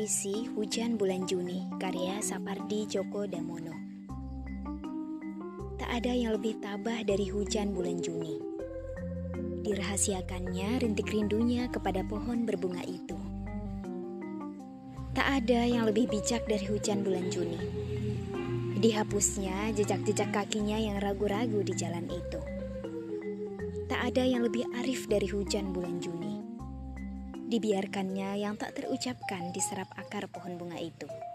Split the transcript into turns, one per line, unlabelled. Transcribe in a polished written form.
Puisi Hujan Bulan Juni karya Sapardi Djoko Damono. Tak ada yang lebih tabah dari hujan bulan Juni. Dirahasiakannya rintik rindunya kepada pohon berbunga itu. Tak ada yang lebih bijak dari hujan bulan Juni. Dihapusnya jejak-jejak kakinya yang ragu-ragu di jalan itu. Tak ada yang lebih arif dari hujan bulan Juni. Dibiarkannya yang tak terucapkan diserap akar pohon bunga itu.